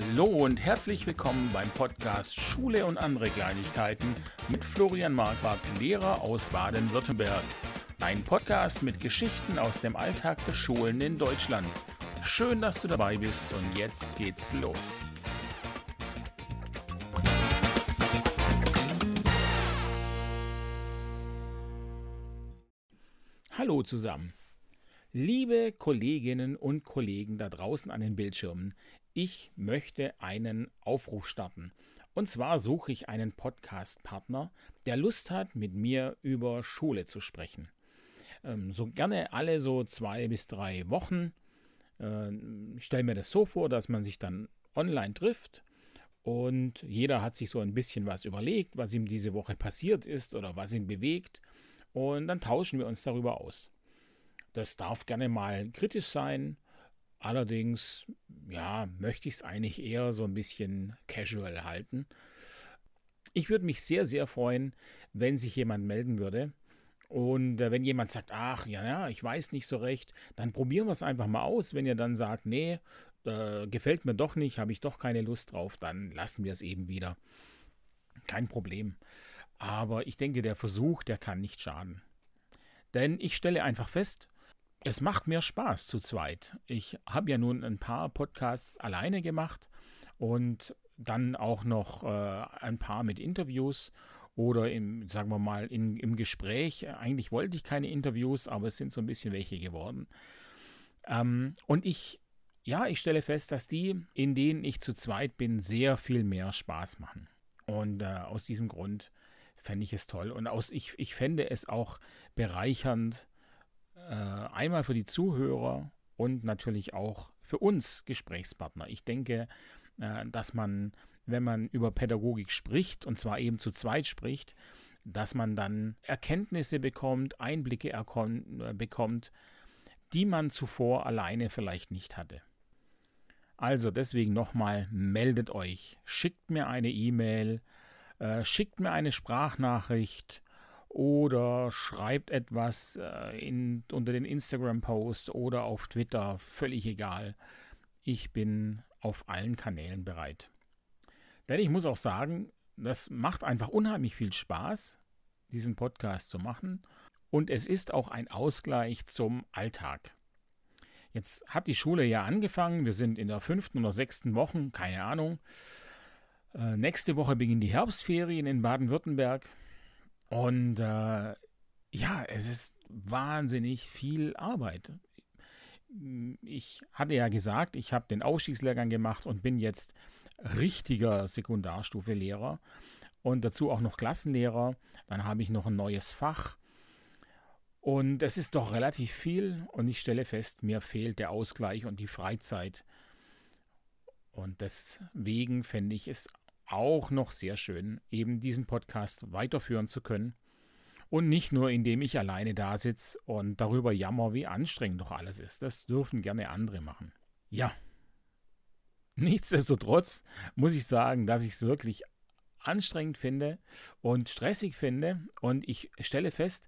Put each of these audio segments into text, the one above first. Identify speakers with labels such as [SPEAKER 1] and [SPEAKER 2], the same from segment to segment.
[SPEAKER 1] Hallo und herzlich willkommen beim Podcast Schule und andere Kleinigkeiten mit Florian Marquardt, Lehrer aus Baden-Württemberg. Ein Podcast mit Geschichten aus dem Alltag der Schulen in Deutschland. Schön, dass du dabei bist und jetzt geht's los. Hallo zusammen. Liebe Kolleginnen und Kollegen da draußen an den Bildschirmen, ich möchte einen Aufruf starten. Und zwar suche ich einen Podcast-Partner, der Lust hat, mit mir über Schule zu sprechen. So gerne alle so 2 bis 3 Wochen. Ich stelle mir das so vor, dass man sich dann online trifft und jeder hat sich so ein bisschen was überlegt, was ihm diese Woche passiert ist oder was ihn bewegt. Und dann tauschen wir uns darüber aus. Das darf gerne mal kritisch sein. Allerdings, ja, möchte ich es eigentlich eher so ein bisschen casual halten. Ich würde mich sehr, sehr freuen, wenn sich jemand melden würde. Und wenn jemand sagt, ach, ja, ich weiß nicht so recht, dann probieren wir es einfach mal aus. Wenn ihr dann sagt, nee, gefällt mir doch nicht, habe ich doch keine Lust drauf, dann lassen wir es eben wieder. Kein Problem. Aber ich denke, der Versuch, der kann nicht schaden. Denn ich stelle einfach fest, es macht mir Spaß zu zweit. Ich habe ja nun ein paar Podcasts alleine gemacht und dann auch noch ein paar mit Interviews oder sagen wir mal, im Gespräch. Eigentlich wollte ich keine Interviews, aber es sind so ein bisschen welche geworden. Und ich stelle fest, dass die, in denen ich zu zweit bin, sehr viel mehr Spaß machen. Und aus diesem Grund fände ich es toll. Und ich fände es auch bereichernd, einmal für die Zuhörer und natürlich auch für uns Gesprächspartner. Ich denke, dass man, wenn man über Pädagogik spricht, und zwar eben zu zweit spricht, dass man dann Erkenntnisse bekommt, Einblicke bekommt, die man zuvor alleine vielleicht nicht hatte. Also deswegen nochmal, meldet euch, schickt mir eine E-Mail, schickt mir eine Sprachnachricht oder schreibt etwas unter den Instagram-Post oder auf Twitter, völlig egal. Ich bin auf allen Kanälen bereit. Denn ich muss auch sagen, das macht einfach unheimlich viel Spaß, diesen Podcast zu machen. Und es ist auch ein Ausgleich zum Alltag. Jetzt hat die Schule ja angefangen, wir sind in der 5. oder 6. Woche, keine Ahnung. Nächste Woche beginnen die Herbstferien in Baden-Württemberg. Und es ist wahnsinnig viel Arbeit. Ich hatte ja gesagt, ich habe den Aufstiegslehrgang gemacht und bin jetzt richtiger Sekundarstufe-Lehrer und dazu auch noch Klassenlehrer. Dann habe ich noch ein neues Fach. Und es ist doch relativ viel und ich stelle fest, mir fehlt der Ausgleich und die Freizeit. Und deswegen fände ich es auch noch sehr schön, eben diesen Podcast weiterführen zu können. Und nicht nur, indem ich alleine da sitze und darüber jammer, wie anstrengend doch alles ist. Das dürfen gerne andere machen. Ja, nichtsdestotrotz muss ich sagen, dass ich es wirklich anstrengend finde und stressig finde. Und ich stelle fest,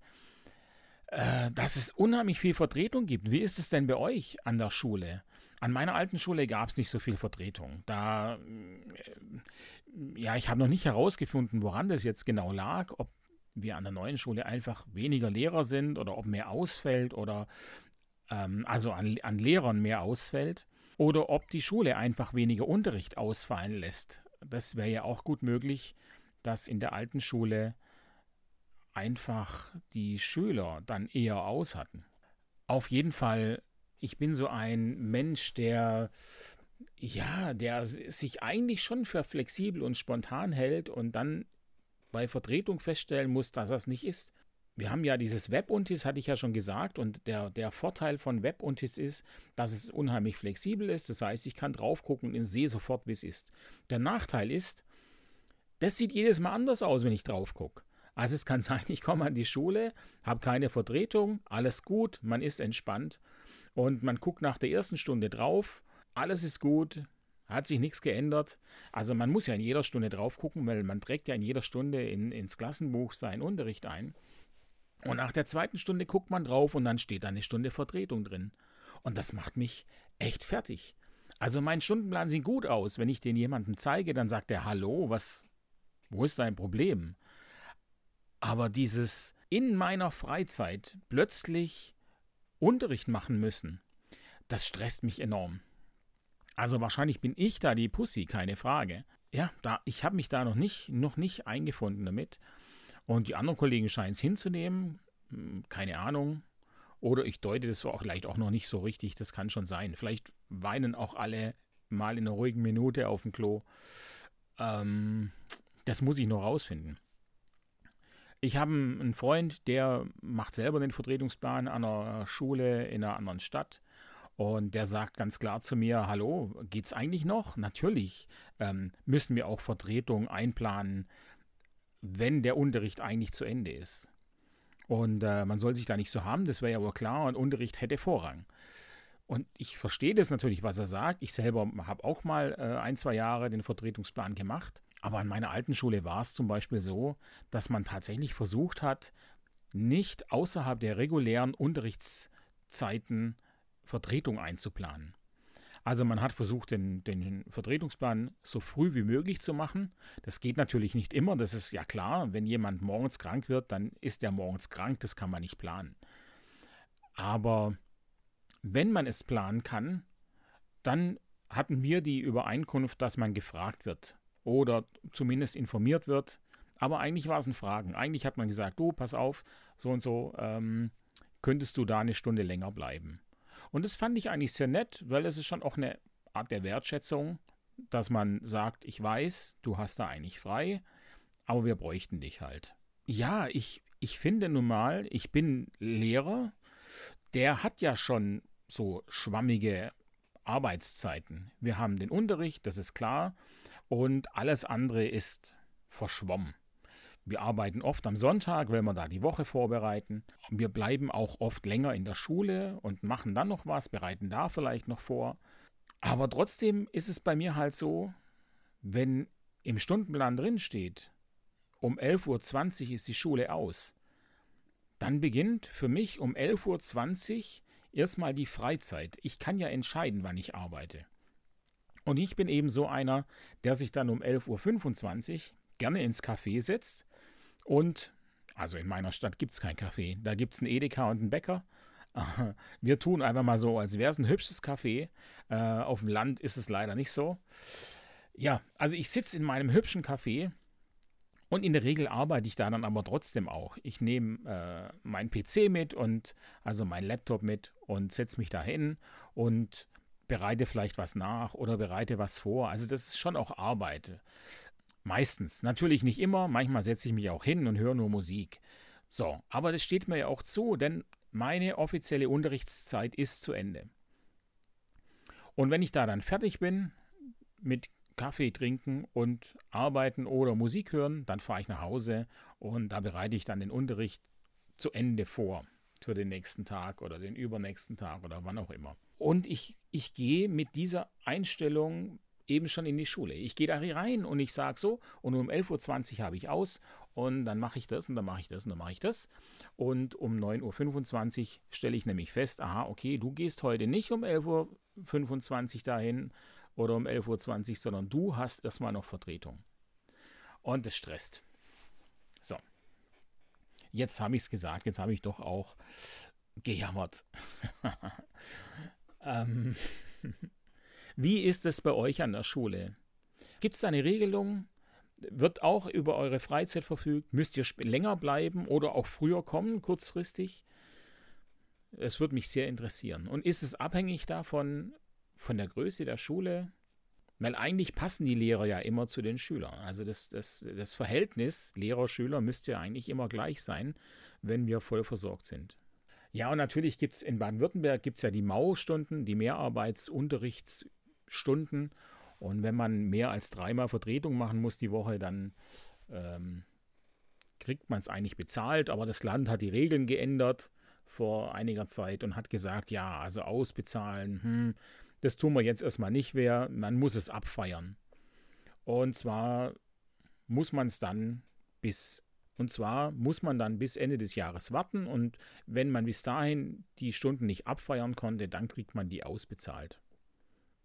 [SPEAKER 1] dass es unheimlich viel Vertretung gibt. Wie ist es denn bei euch an der Schule? An meiner alten Schule gab es nicht so viel Vertretung. Ich habe noch nicht herausgefunden, woran das jetzt genau lag, ob wir an der neuen Schule einfach weniger Lehrer sind oder ob mehr ausfällt oder an Lehrern mehr ausfällt oder ob die Schule einfach weniger Unterricht ausfallen lässt. Das wäre ja auch gut möglich, dass in der alten Schule einfach die Schüler dann eher aus hatten. Auf jeden Fall, ich bin so ein Mensch, der sich eigentlich schon für flexibel und spontan hält und dann bei Vertretung feststellen muss, dass das nicht ist. Wir haben ja dieses Webuntis, hatte ich ja schon gesagt, und der Vorteil von Webuntis ist, dass es unheimlich flexibel ist. Das heißt, ich kann drauf gucken und sehe sofort, wie es ist. Der Nachteil ist, das sieht jedes Mal anders aus, wenn ich drauf gucke. Also es kann sein, ich komme an die Schule, habe keine Vertretung, alles gut, man ist entspannt und man guckt nach der ersten Stunde drauf, alles ist gut, hat sich nichts geändert. Also man muss ja in jeder Stunde drauf gucken, weil man trägt ja in jeder Stunde ins Klassenbuch seinen Unterricht ein. Und nach der 2. Stunde guckt man drauf und dann steht da eine Stunde Vertretung drin. Und das macht mich echt fertig. Also mein Stundenplan sieht gut aus. Wenn ich den jemandem zeige, dann sagt er, hallo, wo ist dein Problem? Aber dieses in meiner Freizeit plötzlich Unterricht machen müssen, das stresst mich enorm. Also wahrscheinlich bin ich da die Pussy, keine Frage. Ja, ich habe mich da noch nicht eingefunden damit. Und die anderen Kollegen scheinen es hinzunehmen. Keine Ahnung. Oder ich deute das auch vielleicht auch noch nicht so richtig. Das kann schon sein. Vielleicht weinen auch alle mal in einer ruhigen Minute auf dem Klo. Das muss ich noch rausfinden. Ich habe einen Freund, der macht selber den Vertretungsplan an einer Schule in einer anderen Stadt. Und der sagt ganz klar zu mir, hallo, geht's eigentlich noch? Natürlich müssen wir auch Vertretungen einplanen, wenn der Unterricht eigentlich zu Ende ist. Und man soll sich da nicht so haben, das wäre ja wohl klar, und Unterricht hätte Vorrang. Und ich verstehe das natürlich, was er sagt. Ich selber habe auch mal 1, 2 Jahre den Vertretungsplan gemacht. Aber an meiner alten Schule war es zum Beispiel so, dass man tatsächlich versucht hat, nicht außerhalb der regulären Unterrichtszeiten Vertretung einzuplanen. Also man hat versucht, den Vertretungsplan so früh wie möglich zu machen. Das geht natürlich nicht immer, das ist ja klar. Wenn jemand morgens krank wird, dann ist er morgens krank, das kann man nicht planen. Aber wenn man es planen kann, dann hatten wir die Übereinkunft, dass man gefragt wird oder zumindest informiert wird. Aber eigentlich war es ein Fragen. Eigentlich hat man gesagt, du, pass auf, so und so, könntest du da eine Stunde länger bleiben. Und das fand ich eigentlich sehr nett, weil es ist schon auch eine Art der Wertschätzung, dass man sagt, ich weiß, du hast da eigentlich frei, aber wir bräuchten dich halt. Ja, ich finde nun mal, ich bin Lehrer, der hat ja schon so schwammige Arbeitszeiten. Wir haben den Unterricht, das ist klar, und alles andere ist verschwommen. Wir arbeiten oft am Sonntag, weil wir da die Woche vorbereiten. Wir bleiben auch oft länger in der Schule und machen dann noch was, bereiten da vielleicht noch vor. Aber trotzdem ist es bei mir halt so, wenn im Stundenplan drin steht, um 11:20 Uhr ist die Schule aus, dann beginnt für mich um 11:20 Uhr erstmal die Freizeit. Ich kann ja entscheiden, wann ich arbeite. Und ich bin eben so einer, der sich dann um 11:25 Uhr gerne ins Café setzt. Und, also in meiner Stadt gibt es kein Café. Da gibt es einen Edeka und einen Bäcker. Wir tun einfach mal so, als wäre es ein hübsches Café. Auf dem Land ist es leider nicht so. Ja, also ich sitze in meinem hübschen Café und in der Regel arbeite ich da dann aber trotzdem auch. Ich nehme meinen PC mit und also meinen Laptop mit und setze mich da hin und bereite vielleicht was nach oder bereite was vor. Also das ist schon auch Arbeit. Meistens. Natürlich nicht immer. Manchmal setze ich mich auch hin und höre nur Musik. So, aber das steht mir ja auch zu, denn meine offizielle Unterrichtszeit ist zu Ende. Und wenn ich da dann fertig bin mit Kaffee trinken und arbeiten oder Musik hören, dann fahre ich nach Hause und da bereite ich dann den Unterricht zu Ende vor. Für den nächsten Tag oder den übernächsten Tag oder wann auch immer. Und ich gehe mit dieser Einstellung eben schon in die Schule. Ich gehe da rein und ich sage so, und um 11:20 Uhr habe ich aus und dann mache ich das und dann mache ich das und dann mache ich das. Und um 9:25 Uhr stelle ich nämlich fest, aha, okay, du gehst heute nicht um 11:25 Uhr dahin oder um 11:20 Uhr, sondern du hast erstmal noch Vertretung. Und das stresst. So, jetzt habe ich es gesagt, jetzt habe ich doch auch gejammert. ähm, Wie ist es bei euch an der Schule? Gibt es da eine Regelung? Wird auch über eure Freizeit verfügt? Müsst ihr länger bleiben oder auch früher kommen, kurzfristig? Es würde mich sehr interessieren. Und ist es abhängig davon, von der Größe der Schule? Weil eigentlich passen die Lehrer ja immer zu den Schülern. Also das Verhältnis Lehrer-Schüler müsste ja eigentlich immer gleich sein, wenn wir voll versorgt sind. Ja, und natürlich gibt es in Baden-Württemberg gibt's ja die MAU-Stunden, die Mehrarbeitsunterrichtsstunden. Und wenn man mehr als 3-mal Vertretung machen muss die Woche, dann kriegt man es eigentlich bezahlt. Aber das Land hat die Regeln geändert vor einiger Zeit und hat gesagt, ja, also ausbezahlen, das tun wir jetzt erstmal nicht mehr, man muss es abfeiern. Und zwar muss man es dann bis Ende des Jahres warten und wenn man bis dahin die Stunden nicht abfeiern konnte, dann kriegt man die ausbezahlt.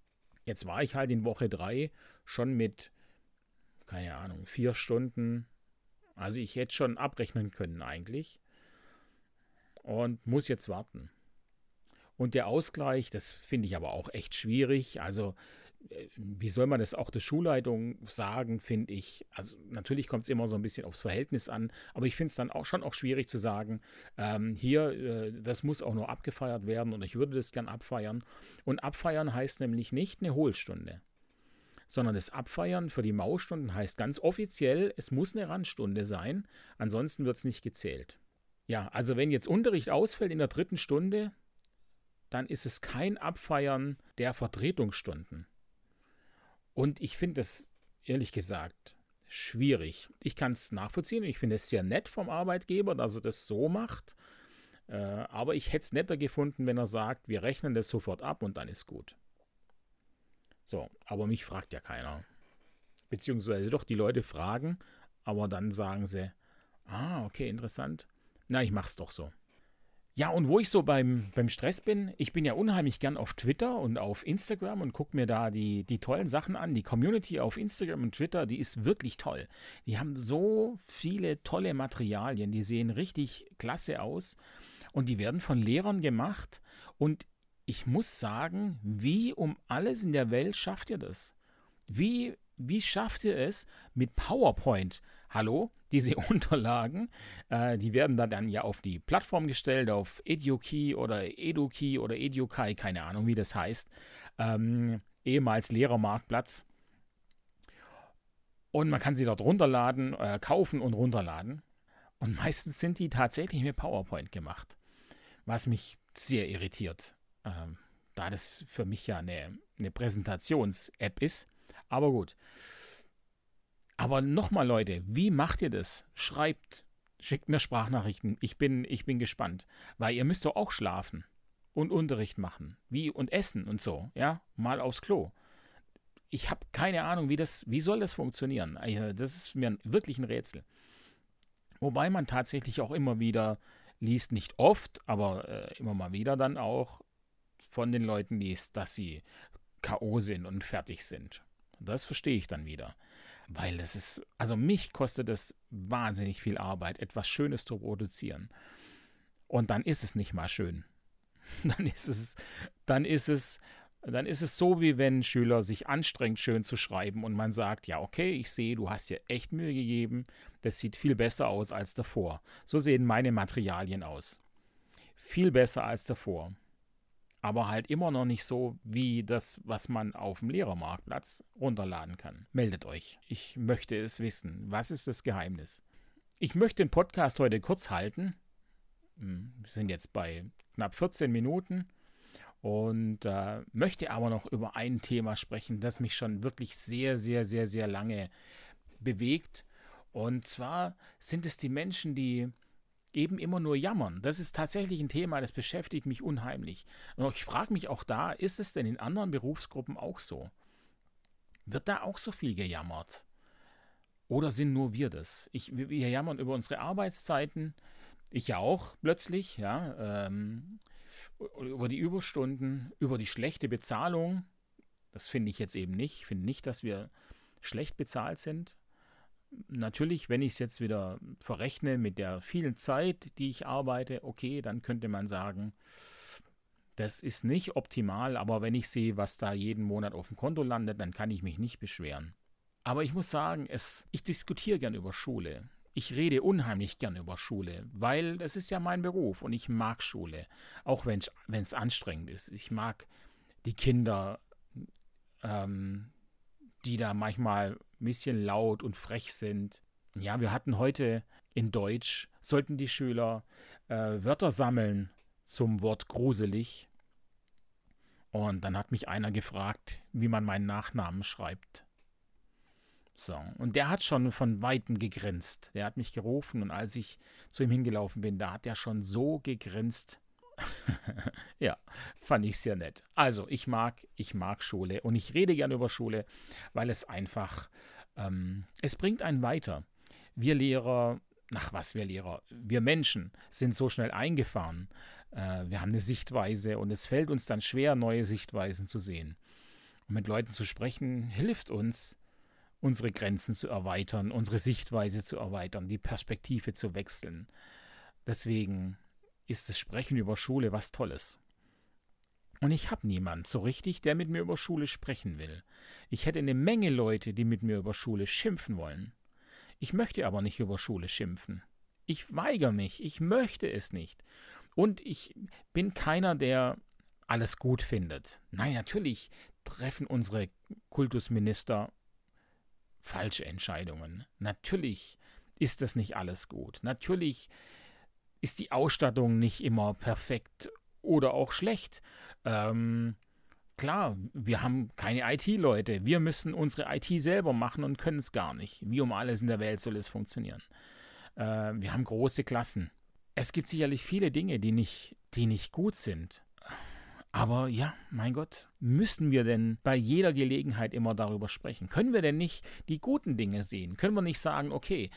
[SPEAKER 1] Jetzt war ich halt in Woche 3 schon mit, keine Ahnung, 4 Stunden. Also ich hätte schon abrechnen können eigentlich und muss jetzt warten. Und der Ausgleich, das finde ich aber auch echt schwierig. Also wie soll man das auch der Schulleitung sagen, finde ich. Also natürlich kommt es immer so ein bisschen aufs Verhältnis an, aber ich finde es dann auch schon auch schwierig zu sagen, hier, das muss auch nur abgefeiert werden und ich würde das gern abfeiern. Und abfeiern heißt nämlich nicht eine Hohlstunde, sondern das Abfeiern für die Mausstunden heißt ganz offiziell, es muss eine Randstunde sein, ansonsten wird es nicht gezählt. Ja, also wenn jetzt Unterricht ausfällt in der 3. Stunde, dann ist es kein Abfeiern der Vertretungsstunden. Und ich finde das, ehrlich gesagt, schwierig. Ich kann es nachvollziehen und ich finde es sehr nett vom Arbeitgeber, dass er das so macht. Aber ich hätte es netter gefunden, wenn er sagt, wir rechnen das sofort ab und dann ist gut. So, aber mich fragt ja keiner. Beziehungsweise doch, die Leute fragen, aber dann sagen sie, ah, okay, interessant. Na, ich mach's doch so. Ja, und wo ich so beim Stress bin, ich bin ja unheimlich gern auf Twitter und auf Instagram und gucke mir da die tollen Sachen an. Die Community auf Instagram und Twitter, die ist wirklich toll. Die haben so viele tolle Materialien, die sehen richtig klasse aus und die werden von Lehrern gemacht. Und ich muss sagen, wie um alles in der Welt schafft ihr das? Wie schafft ihr es mit PowerPoint? Hallo, diese Unterlagen, die werden dann ja auf die Plattform gestellt, auf EduKey oder EduKey oder EduKai, keine Ahnung, wie das heißt, ehemals Lehrermarktplatz. Und man kann sie dort runterladen, kaufen und runterladen. Und meistens sind die tatsächlich mit PowerPoint gemacht, was mich sehr irritiert, da das für mich ja eine Präsentations-App ist. Aber gut. Aber nochmal, Leute, wie macht ihr das? Schreibt, schickt mir Sprachnachrichten. Ich bin gespannt. Weil ihr müsst doch auch schlafen und Unterricht machen. Und essen und so. Ja, mal aufs Klo. Ich habe keine Ahnung, wie soll das funktionieren? Das ist mir wirklich ein Rätsel. Wobei man tatsächlich auch immer wieder liest, nicht oft, aber immer mal wieder dann auch von den Leuten liest, dass sie K.O. sind und fertig sind. Das verstehe ich dann wieder. Weil das ist, also mich kostet es wahnsinnig viel Arbeit, etwas Schönes zu produzieren. Und dann ist es nicht mal schön. Dann ist es so, wie wenn ein Schüler sich anstrengt, schön zu schreiben und man sagt, ja, okay, ich sehe, du hast dir echt Mühe gegeben, das sieht viel besser aus als davor. So sehen meine Materialien aus. Viel besser als davor. Aber halt immer noch nicht so wie das, was man auf dem Lehrermarktplatz runterladen kann. Meldet euch. Ich möchte es wissen. Was ist das Geheimnis? Ich möchte den Podcast heute kurz halten. Wir sind jetzt bei knapp 14 Minuten und möchte aber noch über ein Thema sprechen, das mich schon wirklich sehr, sehr, sehr, sehr lange bewegt. Und zwar sind es die Menschen, die eben immer nur jammern. Das ist tatsächlich ein Thema, das beschäftigt mich unheimlich. Und ich frage mich auch da, ist es denn in anderen Berufsgruppen auch so? Wird da auch so viel gejammert? Oder sind nur wir das? Wir jammern über unsere Arbeitszeiten, ich ja auch plötzlich, ja, über die Überstunden, über die schlechte Bezahlung. Das finde ich jetzt eben nicht. Ich finde nicht, dass wir schlecht bezahlt sind. Natürlich, wenn ich es jetzt wieder verrechne mit der vielen Zeit, die ich arbeite, okay, dann könnte man sagen, das ist nicht optimal, aber wenn ich sehe, was da jeden Monat auf dem Konto landet, dann kann ich mich nicht beschweren. Aber ich muss sagen, ich diskutiere gern über Schule. Ich rede unheimlich gern über Schule, weil das ist ja mein Beruf und ich mag Schule, auch wenn es anstrengend ist. Ich mag die Kinder, die da manchmal ein bisschen laut und frech sind. Ja, wir hatten heute in Deutsch, sollten die Schüler Wörter sammeln zum Wort gruselig. Und dann hat mich einer gefragt, wie man meinen Nachnamen schreibt. So, und der hat schon von Weitem gegrinst. Der hat mich gerufen und als ich zu ihm hingelaufen bin, da hat er schon so gegrinst. Ja, fand ich sehr nett. Also, ich mag Schule und ich rede gerne über Schule, weil es einfach, es bringt einen weiter. Wir Lehrer, wir Menschen sind so schnell eingefahren. Wir haben eine Sichtweise und es fällt uns dann schwer, neue Sichtweisen zu sehen. Und mit Leuten zu sprechen hilft uns, unsere Grenzen zu erweitern, unsere Sichtweise zu erweitern, die Perspektive zu wechseln. Deswegen ist das Sprechen über Schule was Tolles. Und ich habe niemanden so richtig, der mit mir über Schule sprechen will. Ich hätte eine Menge Leute, die mit mir über Schule schimpfen wollen. Ich möchte aber nicht über Schule schimpfen. Ich weigere mich, ich möchte es nicht. Und ich bin keiner, der alles gut findet. Nein, natürlich treffen unsere Kultusminister falsche Entscheidungen. Natürlich ist das nicht alles gut. Natürlich ist die Ausstattung nicht immer perfekt oder auch schlecht. Klar, wir haben keine IT-Leute. Wir müssen unsere IT selber machen und können es gar nicht. Wie um alles in der Welt soll es funktionieren? Wir haben große Klassen. Es gibt sicherlich viele Dinge, die nicht gut sind. Aber ja, mein Gott, müssen wir denn bei jeder Gelegenheit immer darüber sprechen? Können wir denn nicht die guten Dinge sehen? Können wir nicht sagen, okay,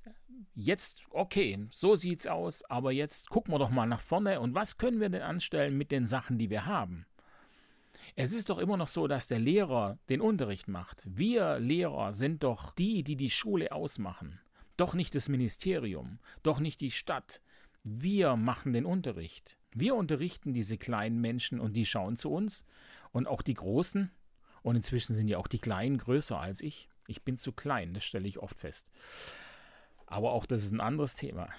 [SPEAKER 1] so sieht's aus, aber jetzt gucken wir doch mal nach vorne und was können wir denn anstellen mit den Sachen, die wir haben? Es ist doch immer noch so, dass der Lehrer den Unterricht macht. Wir Lehrer sind doch die, die die Schule ausmachen. Doch nicht das Ministerium, doch nicht die Stadt. Wir machen den Unterricht. Wir unterrichten diese kleinen Menschen und die schauen zu uns. Und auch die Großen. Und inzwischen sind ja auch die Kleinen größer als ich. Ich bin zu klein, das stelle ich oft fest. Aber auch das ist ein anderes Thema.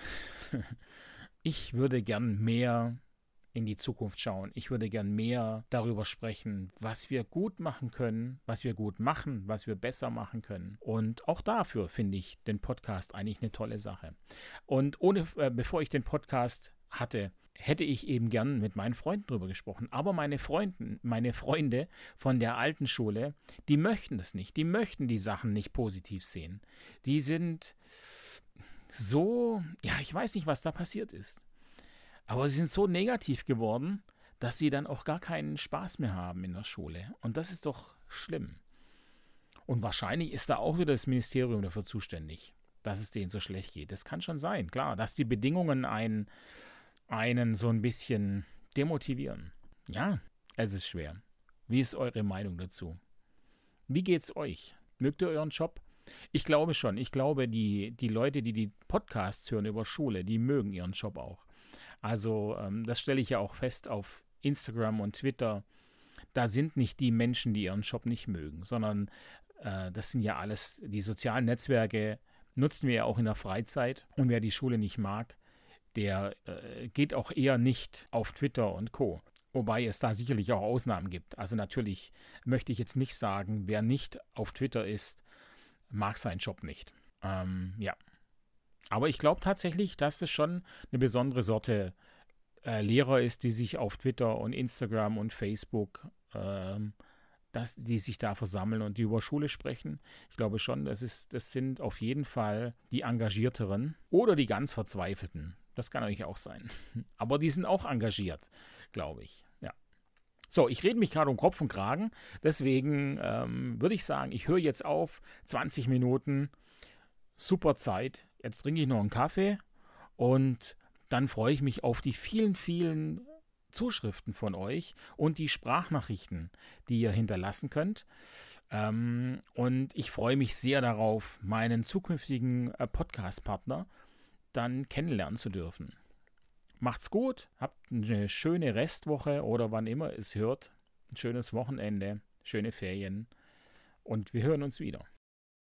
[SPEAKER 1] Ich würde gern mehr in die Zukunft schauen. Ich würde gern mehr darüber sprechen, was wir gut machen können, was wir gut machen, was wir besser machen können. Und auch dafür finde ich den Podcast eigentlich eine tolle Sache. Und bevor ich den Podcast hatte, hätte ich eben gern mit meinen Freunden drüber gesprochen. Aber meine Freunde von der alten Schule, die möchten das nicht. Die möchten die Sachen nicht positiv sehen. Die sind so, ja, ich weiß nicht, was da passiert ist. Aber sie sind so negativ geworden, dass sie dann auch gar keinen Spaß mehr haben in der Schule. Und das ist doch schlimm. Und wahrscheinlich ist da auch wieder das Ministerium dafür zuständig, dass es denen so schlecht geht. Das kann schon sein, klar, dass die Bedingungen einen so ein bisschen demotivieren. Ja, es ist schwer. Wie ist eure Meinung dazu? Wie geht's euch? Mögt ihr euren Job? Ich glaube schon. Ich glaube, die Leute, die Podcasts hören über Schule, die mögen ihren Job auch. Also das stelle ich ja auch fest auf Instagram und Twitter. Da sind nicht die Menschen, die ihren Job nicht mögen, sondern das sind ja alles, die sozialen Netzwerke nutzen wir ja auch in der Freizeit. Und wer die Schule nicht mag, der geht auch eher nicht auf Twitter und Co. Wobei es da sicherlich auch Ausnahmen gibt. Also natürlich möchte ich jetzt nicht sagen, wer nicht auf Twitter ist, mag seinen Job nicht. Ja. Aber ich glaube tatsächlich, dass es schon eine besondere Sorte Lehrer ist, die sich auf Twitter und Instagram und Facebook, die sich da versammeln und die über Schule sprechen. Ich glaube schon, das sind auf jeden Fall die Engagierteren oder die ganz Verzweifelten. Das kann natürlich auch sein. Aber die sind auch engagiert, glaube ich. Ja. So, ich rede mich gerade um Kopf und Kragen. Deswegen würde ich sagen, ich höre jetzt auf. 20 Minuten. Super Zeit. Jetzt trinke ich noch einen Kaffee und dann freue ich mich auf die vielen, vielen Zuschriften von euch und die Sprachnachrichten, die ihr hinterlassen könnt. Und ich freue mich sehr darauf, meinen zukünftigen Podcast-Partner dann kennenlernen zu dürfen. Macht's gut, habt eine schöne Restwoche oder wann immer es hört. Ein schönes Wochenende, schöne Ferien und wir hören uns wieder.